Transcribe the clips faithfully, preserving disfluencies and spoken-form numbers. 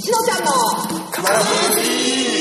しのちゃんのカラフル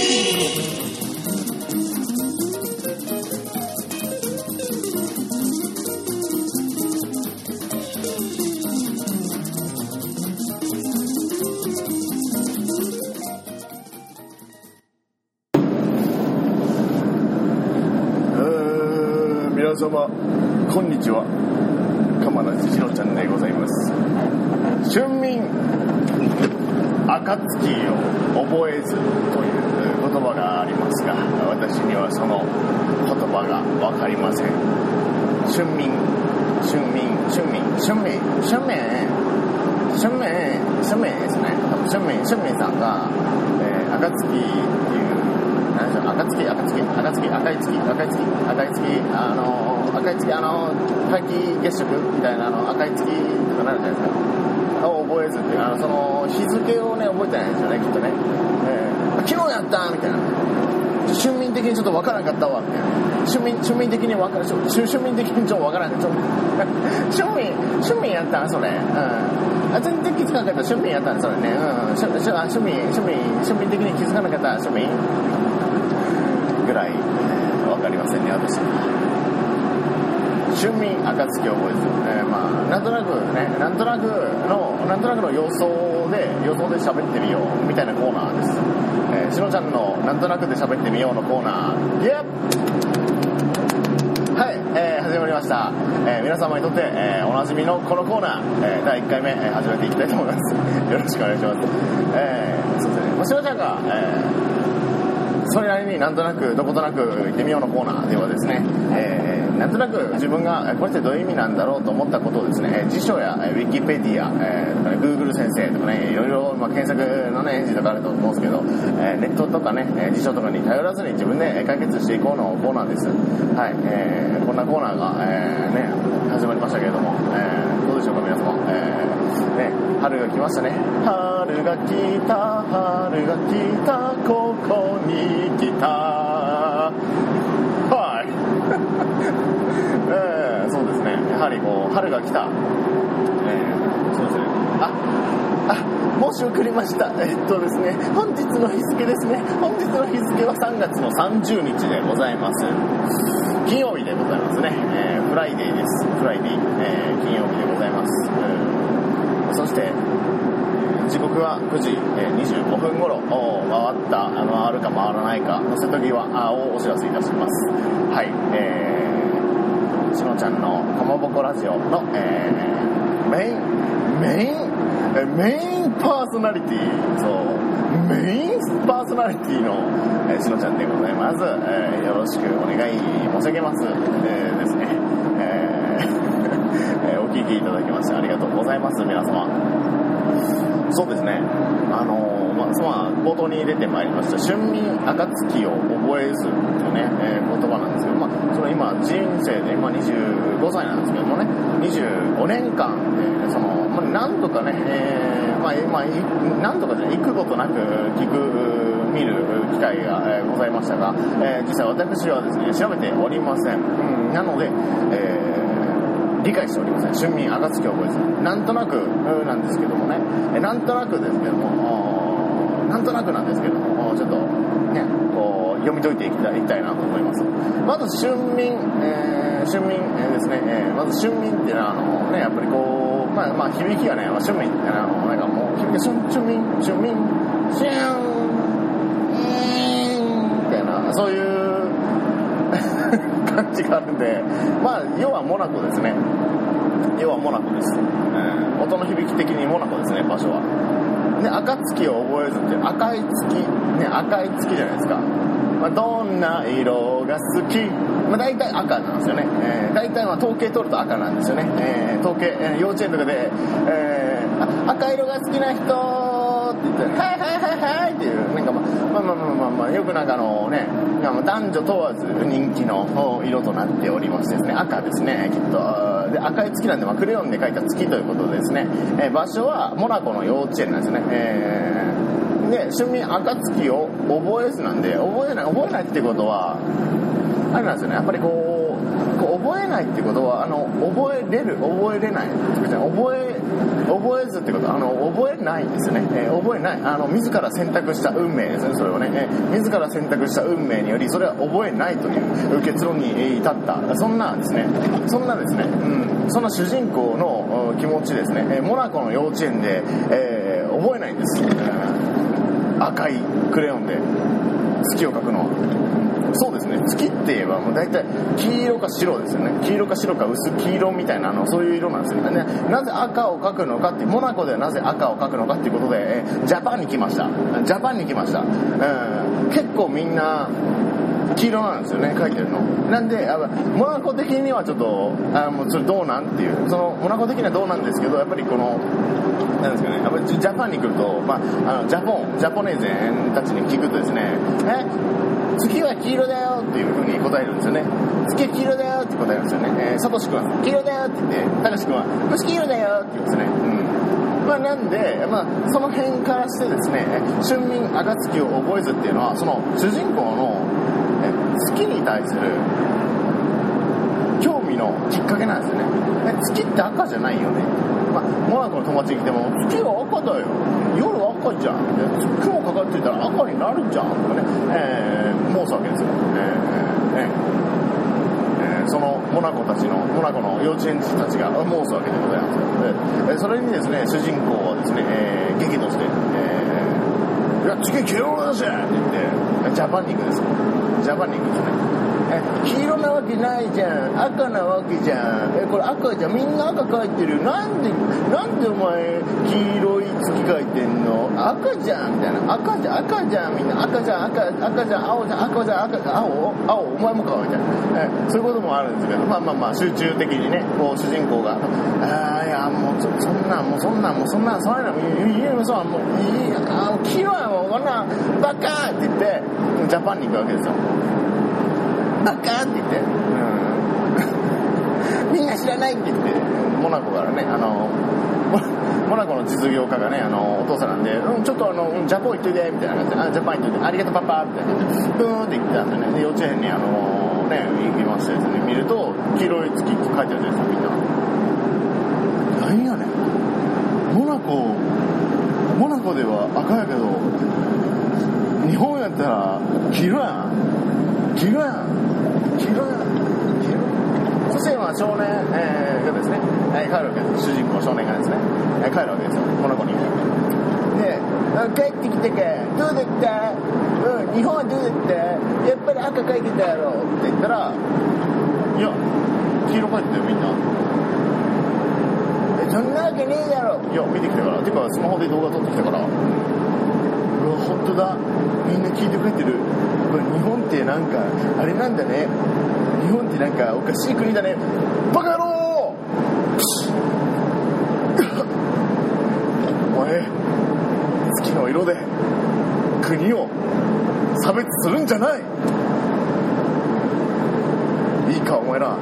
皆様こんにちは、鎌田しのちゃんでございます。春眠暁を覚えずという言葉がありますが、私にはその言葉が分かりません。春眠春眠春眠春眠春眠春眠春眠ですね。春眠春眠さんが、えー、暁っていう何でしょう、暁暁暁赤い月赤い月赤い月赤い月あの赤い月あの皆既月食みたいなあの赤い月とかなるじゃないですかを覚えずっていうあのその日付をね覚えてないんですよねきっとね、えー、昨日やったみたいな春眠的にちょっと分からなかったわみたいな春眠春眠的に分から春春眠的にちょっと分からないちょっと春眠春眠やったそれうんあ全然気づかなかった春眠やったそれねうん春眠春眠春眠的に気づかなかった春眠ぐらい、えー、分かりませんね私。春眠暁を覚えず、えー、まあなんとなくねなんとなくのなんとなくの予想で予想で喋ってみようみたいなコーナーです。えー、しのちゃんのなんとなくで喋ってみようのコーナー。イエッはい、えー、始まりました。えー、皆様にとって、えー、おなじみのこのコーナー、えー、だいいっかいめ、えー、始めていきたいと思います。よろしくお願いします。えー、そうですね。しのちゃんが、えーそれなりになんとなくどことなく行ってみようのコーナーではですね、えー、なんとなく自分がこれってどういう意味なんだろうと思ったことをですね辞書やウィキペディア、えー、Google 先生とかねいろいろ、まあ、検索のねエンジンとかあると思うんですけど、えー、ネットとかね辞書とかに頼らずに自分で解決していこうのコーナーです。はい、えー、こんなコーナーが、えー、ね始まりましたけれども、えー、どうでしょうか皆様、えー、ね春が来ましたね。春が来た春が来たここに来たはいえー、そうですねやはりこう春が来た、えー、そうですねああ申し送りました。えっとですね本日の日付ですね本日の日付はさんがつのさんじゅうにちでございます。金曜日でございますね、えー、フライデーです。フライデー、えー、金曜日でございます。えー、そして時刻はくじにじゅうごふん頃回ったあの回るか回らないかの瀬戸際をお知らせいたします。はい、えー、しのちゃんのかまぼこラジオの、えー、メインメインメインパーソナリティそうメインパーソナリティの、えー、しのちゃんでございます。えー、よろしくお願い申し上げます、えー、ですね、えー、お聞きいただきましてありがとうございます皆様。そうですね、あのーまあ、まあ、冒頭に出てまいりました春眠暁を覚えずというね、えー、言葉なんですけど、まあ、その今人生で今にじゅうごさいなんですけどもねにじゅうごねんかん、えー、その、まあ、何度かね、えーまあまあ、何度かじゃ幾度となく聞く見る機会が、えー、ございましたが、えー、実際私はですね調べておりません、うん、なので、えー理解しておりません。春眠暁を覚えずなんとなくなんですけどもねなんとなくですけどもなんとなくなんですけどもちょっとねこう読み解いていきたい、いきたいなと思います。まず春眠、えー、春眠、えー、ですね、えー、まず春眠っていうのはあのねやっぱりこうまあまあ響きがね春眠ってあのなんかもう響きが春眠春眠シューンみたいなそういう感じがあるんでまあ要はモナコですね要はモナコです、えー、音の響き的にモナコですね場所はで暁を覚えずって赤い月ね赤い月じゃないですか、まあ、どんな色が好きまあ大体赤なんですよね、えー、大体まあ統計取ると赤なんですよね、えー、統計、えー、幼稚園とかで、えー、赤色が好きな人って言ってはいはいはいはいっていうなんかまあまあまあまあまあ、まあ、よくなんかあのね男女問わず人気の色となっておりましてですね赤ですねきっとで赤い月なんで、まあ、クレヨンで描いた月ということでですね、えー、場所はモナコの幼稚園なんですよね、えー、で春眠暁を覚えずなんで覚えない覚えないってことはあれなんですよねやっぱりこうこう覚えないってことはあの覚えれる覚えれない覚え覚えずってことはあの覚えないんですよね、えー、覚えないあの自ら選択した運命ですね。それをね、えー、自ら選択した運命によりそれは覚えないという結論に至ったそんなですねそんなですね、うん、そんな主人公の気持ちですね、えー、モナコの幼稚園で、えー、覚えないんです、えー、赤いクレヨンで月を描くのは。そうですね、月って言えばもう大体黄色か白ですよね。黄色か白か薄黄色みたいなあのそういう色なんですよね。なぜ赤を描くのかってモナコではなぜ赤を描くのかっていうことで、えー、ジャパンに来ましたジャパンに来ました、うん、結構みんな黄色なんですよね描いてるのなんであモナコ的にはちょっとあもうそれどうなんっていうそのモナコ的にはどうなんですけどやっぱりこのなんですかねやっぱりジャパンに来ると、まあ、あのジャポンジャポネーゼンたちに聞くとですねえ月は黄色だよっていう風に答えるんですよね。月は黄色だよって答えるんですよね。えー、サトシ君は黄色だよって言ってたかし君は星黄色だよって言うんですね。うんまあ、なんで、まあ、その辺からしてですね春眠暁を覚えずっていうのはその主人公の月に対する興味のきっかけなんですよね。月って赤じゃないよね。まあ、モナコの友達に来ても月は赤だよ夜赤じゃん雲かかってたら赤になるじゃんとかね、えー、申すわけですよ、えーえー、そのモナコたちのモナコの幼稚園児たちが申すわけでございます。でそれにですね主人公はですね、えー、激怒して、えー、いや月黄色だぜって言ってジャパンに行くんですよ。ジャパンに行くんですね。え黄色なわけないじゃん赤なわけじゃんえこれ赤じゃんみんな赤描いてるなんでなんでお前黄色い月描いてんの赤じゃんみたいな赤じゃん赤じゃんみんな赤じゃん赤赤じゃん青じゃん赤じゃん赤青青お前もかみたいなえそういうこともあるんですけどまあまあまあ集中的にねこう主人公がああいやもうそそんなんもうそんなんもうそんなんそういうのいいのそうもういいあ黄色やもうこんなんバカって言ってジャパンに行くわけですよ。バカって言って、うん、みんな知らないって言ってモナコからねあのモナコの実業家がねあのお父さんなんで、うん、ちょっとあのジャポン行っといてみたいな感じであジャパン行っといてありがとうパパみたいな感じでブーンって言ってたんでねで幼稚園にあのね行きましたやつね見ると黄色い月って書いてあるじゃないですかみんな何やねんモナコモナコでは赤やけど日本やったら黄色やん黄色やん黄色やん黄色そしてまあ少年、えー、がですね、えー、帰るわけです主人公の少年がですね、えー、帰るわけですよモナコにで帰ってきてかどうだったうん日本はどうだったやっぱり赤描いてたやろって言ったらいや黄色描いてたよみんなえそんなわけねえだろいや見てきたからてかスマホで動画撮ってきたからうわ本当だみんな聞いてくれてる日本ってなんかあれなんだね日本ってなんかおかしい国だねバカ野郎お前月の色で国を差別するんじゃないいいかお前ら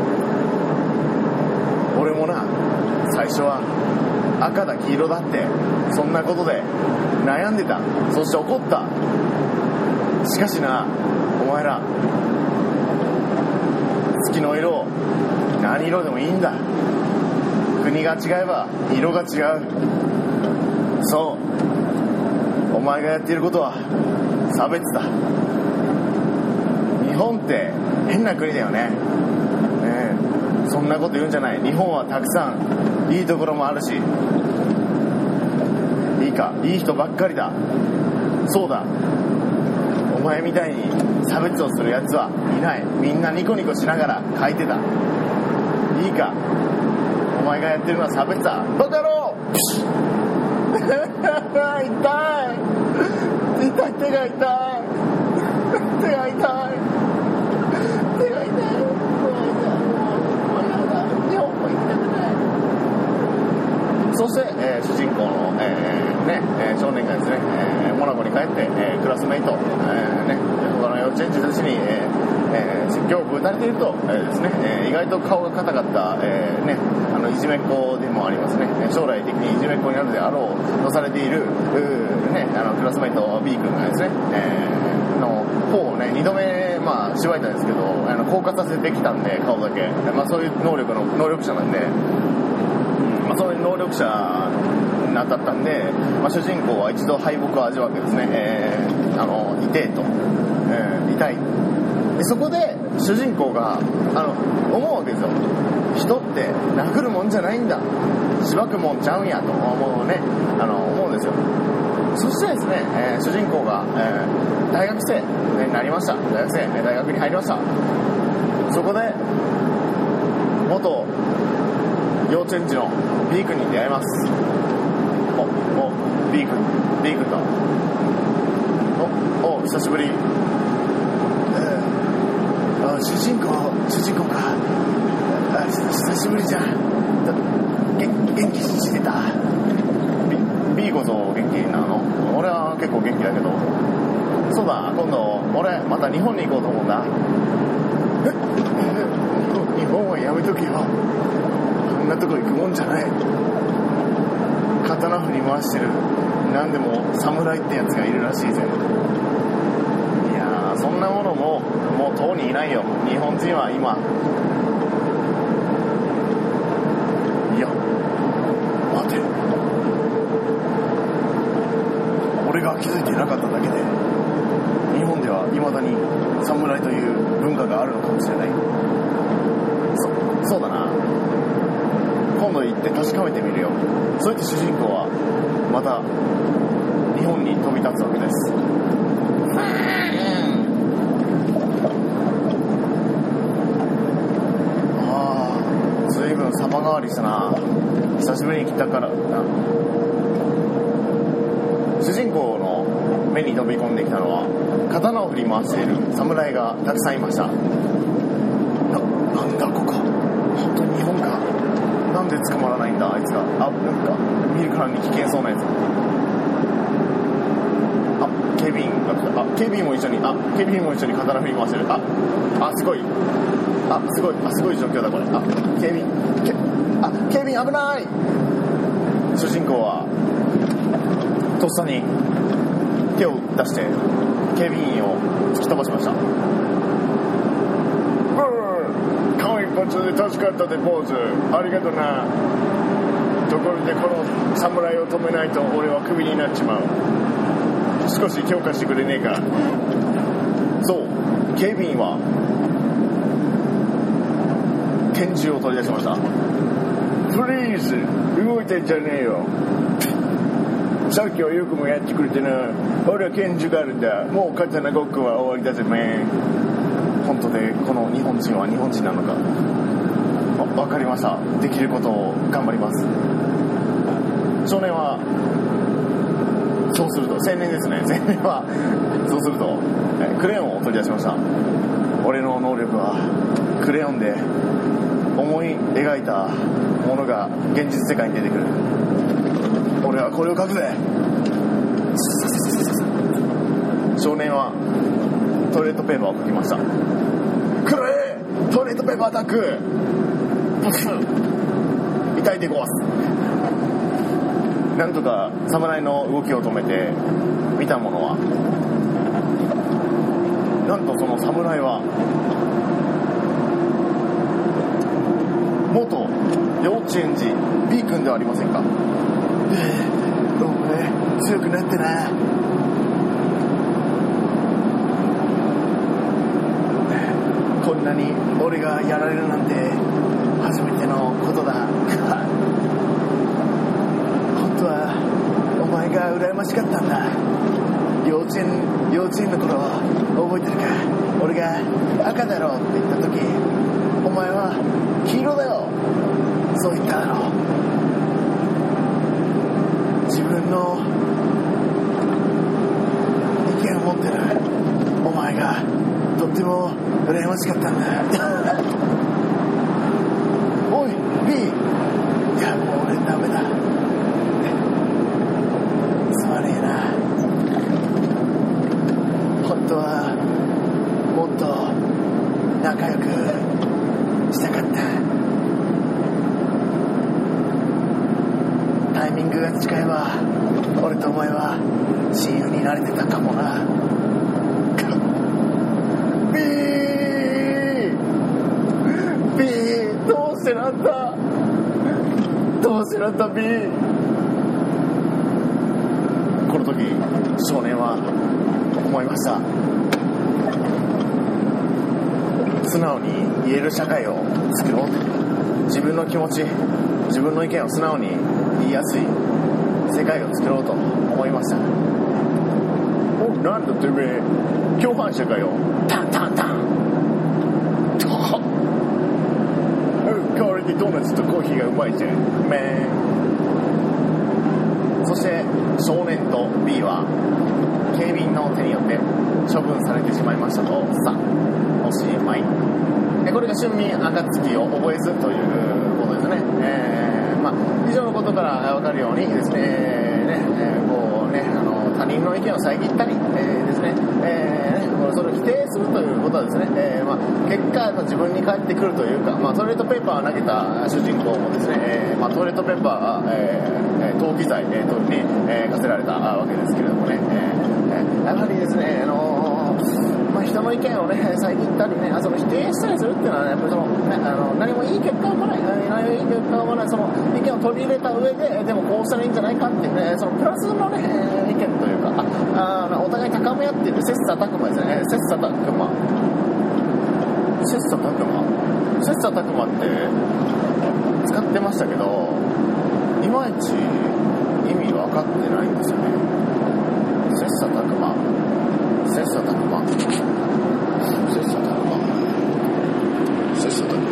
俺もな最初は赤だ黄色だってそんなことで悩んでたそして怒ったしかしなお前ら月の色何色でもいいんだ国が違えば色が違うそうお前がやっていることは差別だ日本って変な国だよね、ねえそんなこと言うんじゃない日本はたくさんいいところもあるしいいかいい人ばっかりだそうだお前みたいに差別をするやつはいないみんなニコニコしながら書いてたいいかお前がやってるのは差別だバカ野郎痛い痛い手が痛い手が痛い手が痛い日本も行きたくないそして、えー、主人公の、えーねえー、少年がですね、えー、モナコに帰って、えー、クラスメイト、えーね、他の幼稚園児たちに、えーえー、 今日ぶたれていると、えーですねえー、意外と顔が硬かった、えーね、あのいじめっ子でもありますね。将来的にいじめっ子になるであろうとされている、ね、あのクラスメイト B 君がですね、えー、の方をねにどめ、まあ、縛いたんですけど、あの硬化させてきたんで、顔だけ、まあ、そういう能力の能力者なんで、まあ、そういう能力者に当たったんで、まあ、主人公は一度敗北を味わってですね、えー、あの痛いと、えー、痛いで、そこで主人公があの思うわけですよ。人って殴るもんじゃないんだ、しばくもんちゃうんやと思うね、あの思うんですよ。そしてですね、えー、主人公が、えー、大学生になりました。大学生、大学に入りました。そこで元幼稚園児の B 君に出会います。おお B 君 B 君だ。おお久しぶり。主人公主人公か。あ久しぶりじゃん。元元気してた。 B, B こそ元気なの？俺は結構元気だけど。そうだ、今度俺また日本に行こうと思うんだ。ええ日本はやめとけよ。こんなとこ行くもんじゃない。刀振り回してる何でも侍ってやつがいるらしいぜ。そんなものももうとうにいないよ。日本人は今、いや待て、俺が気づいていなかっただけで日本では未だに侍という文化があるのかもしれない。そ, そうだな、今度行って確かめてみるよ。そうやって主人公はまた日本に飛び立つわけです。様変わりしたな。久しぶりに来たからな。主人公の目に飛び込んできたのは刀を振り回している侍がたくさんいました。な、なんだここ、本当に日本か。なんで捕まらないんだあいつが。あ、なんか見るからに危険そうなやつ。あ、警備員が来た。あ、警備員も一緒に、あ、警備員も一緒に刀振り回してる。あ、あ、すごい、あ、すごい、あ、すごい状況だこれ。あ、警備員、あ、警備員危ない。主人公はとっさに手を出して警備員を突き飛ばしました。間一髪で助かったで坊主、ありがとな。ところでこの侍を止めないと俺はクビになっちまう。少し強化してくれねえか。そう、警備員は拳銃を取り出しました。プリーズ、動いてんじゃねえよ。さっきはよくもやってくれてな。俺は拳銃があるんだ。もう刀ごっこは終わりだぜめ。本当でこの日本人は日本人なのか。あ、わかりました。できることを頑張ります。少年はそうすると、青年ですね。青年はそうするとクレヨンを取り出しました。俺の能力はクレヨンで思い描いたものが現実世界に出てくる。俺はこれを書くぜ。少年はトイレットペーパーを書きました。くれ、トイレットペーパーアタック。痛いでごわす。なんとか侍の動きを止めて見たものは、なんとその侍は元幼稚園児 B 君ではありませんか。ええ、どうもね、強くなってな。こんなに俺がやられるなんて初めてのことだ。本当はお前が羨ましかったんだ。幼稚園幼稚園の頃覚えてるか。俺が赤だろって言った時、お前は黄色だよ、そう言っただろ。自分の意見を持ってるお前がとっても羨ましかったんだ。おい B、 いやもう俺ダメだ、すまねえな。本当はもっと仲前は親友になれてたかもな。ビービーどうしてなんだどうしてなんだビー。この時少年は思いました。素直に言える社会を作ろう。自分の気持ち、自分の意見を素直に言いやすい世界を作ろうと思いました。お、なんだてめえ共犯者かよ。タンタンタンと代わりにドーナツとコーヒーがうまいじゃんめー。そして少年と B は警備員の手によって処分されてしまいましたとさ。おしまい。これが春眠暁を覚えずということですね。えー、まあ以上のことから分かるようにですね、ねえー、こうねあの他人の意見を遮ったり、えー、ですね、えー、それを否定するということはですね、えー、まあ結果自分に返ってくるというか、まあトイレットペーパーを投げた主人公もですね、えー、まあトイレットペーパー、えー、投機罪、えー、に、えー、課せられたわけですけれどもね、えー、やはりですね、あのまあ、人の意見をね遮ったりね、その否定したりするっていうのは、ね、やっぱりその、ね、あの何もいい結果を生まない、何もいい結果を生まない、その意見を取り入れた上で、でもこうしたらいいんじゃないかっていうね、そのプラスのね意見というか、ああお互い高め合っている切磋琢磨ですね。切磋琢磨切磋琢磨切磋琢磨って使ってましたけど、いまいち意味分かってないんですよね。切磋琢磨切磋琢磨切磋琢磨切磋琢磨。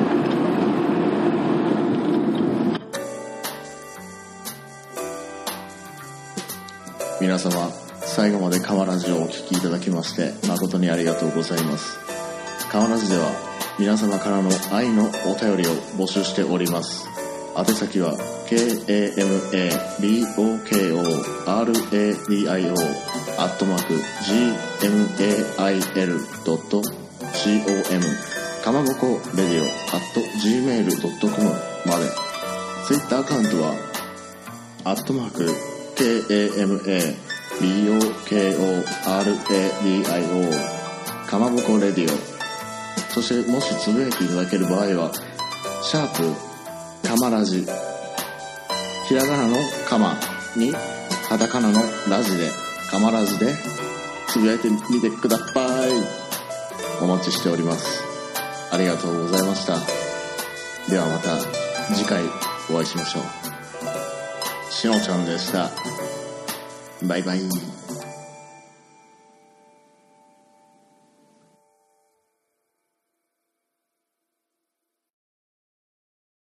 皆様最後まで川ラジオをお聞きいただきまして誠にありがとうございます。川ラジでは皆様からの愛のお便りを募集しております。宛先は ケーエーエムエービーオーケーオーアールエーディーアイオー アットマーク ジーエムエーアイエルドットコム かまぼこレディオ アットジーメールドットコム まで。ツイッターアカウントはアットマーク ケーエーエムエービーオーケーオーアールエーディーアイオー かまぼこレディオ。そしてもしつぶやいていただける場合はシャープかまラジ、ひらがなのかまにカタカナのラジでかまラジでつぶやいてみてください。お待ちしております。ありがとうございました。ではまた次回お会いしましょう。しのちゃんでした。バイバイ。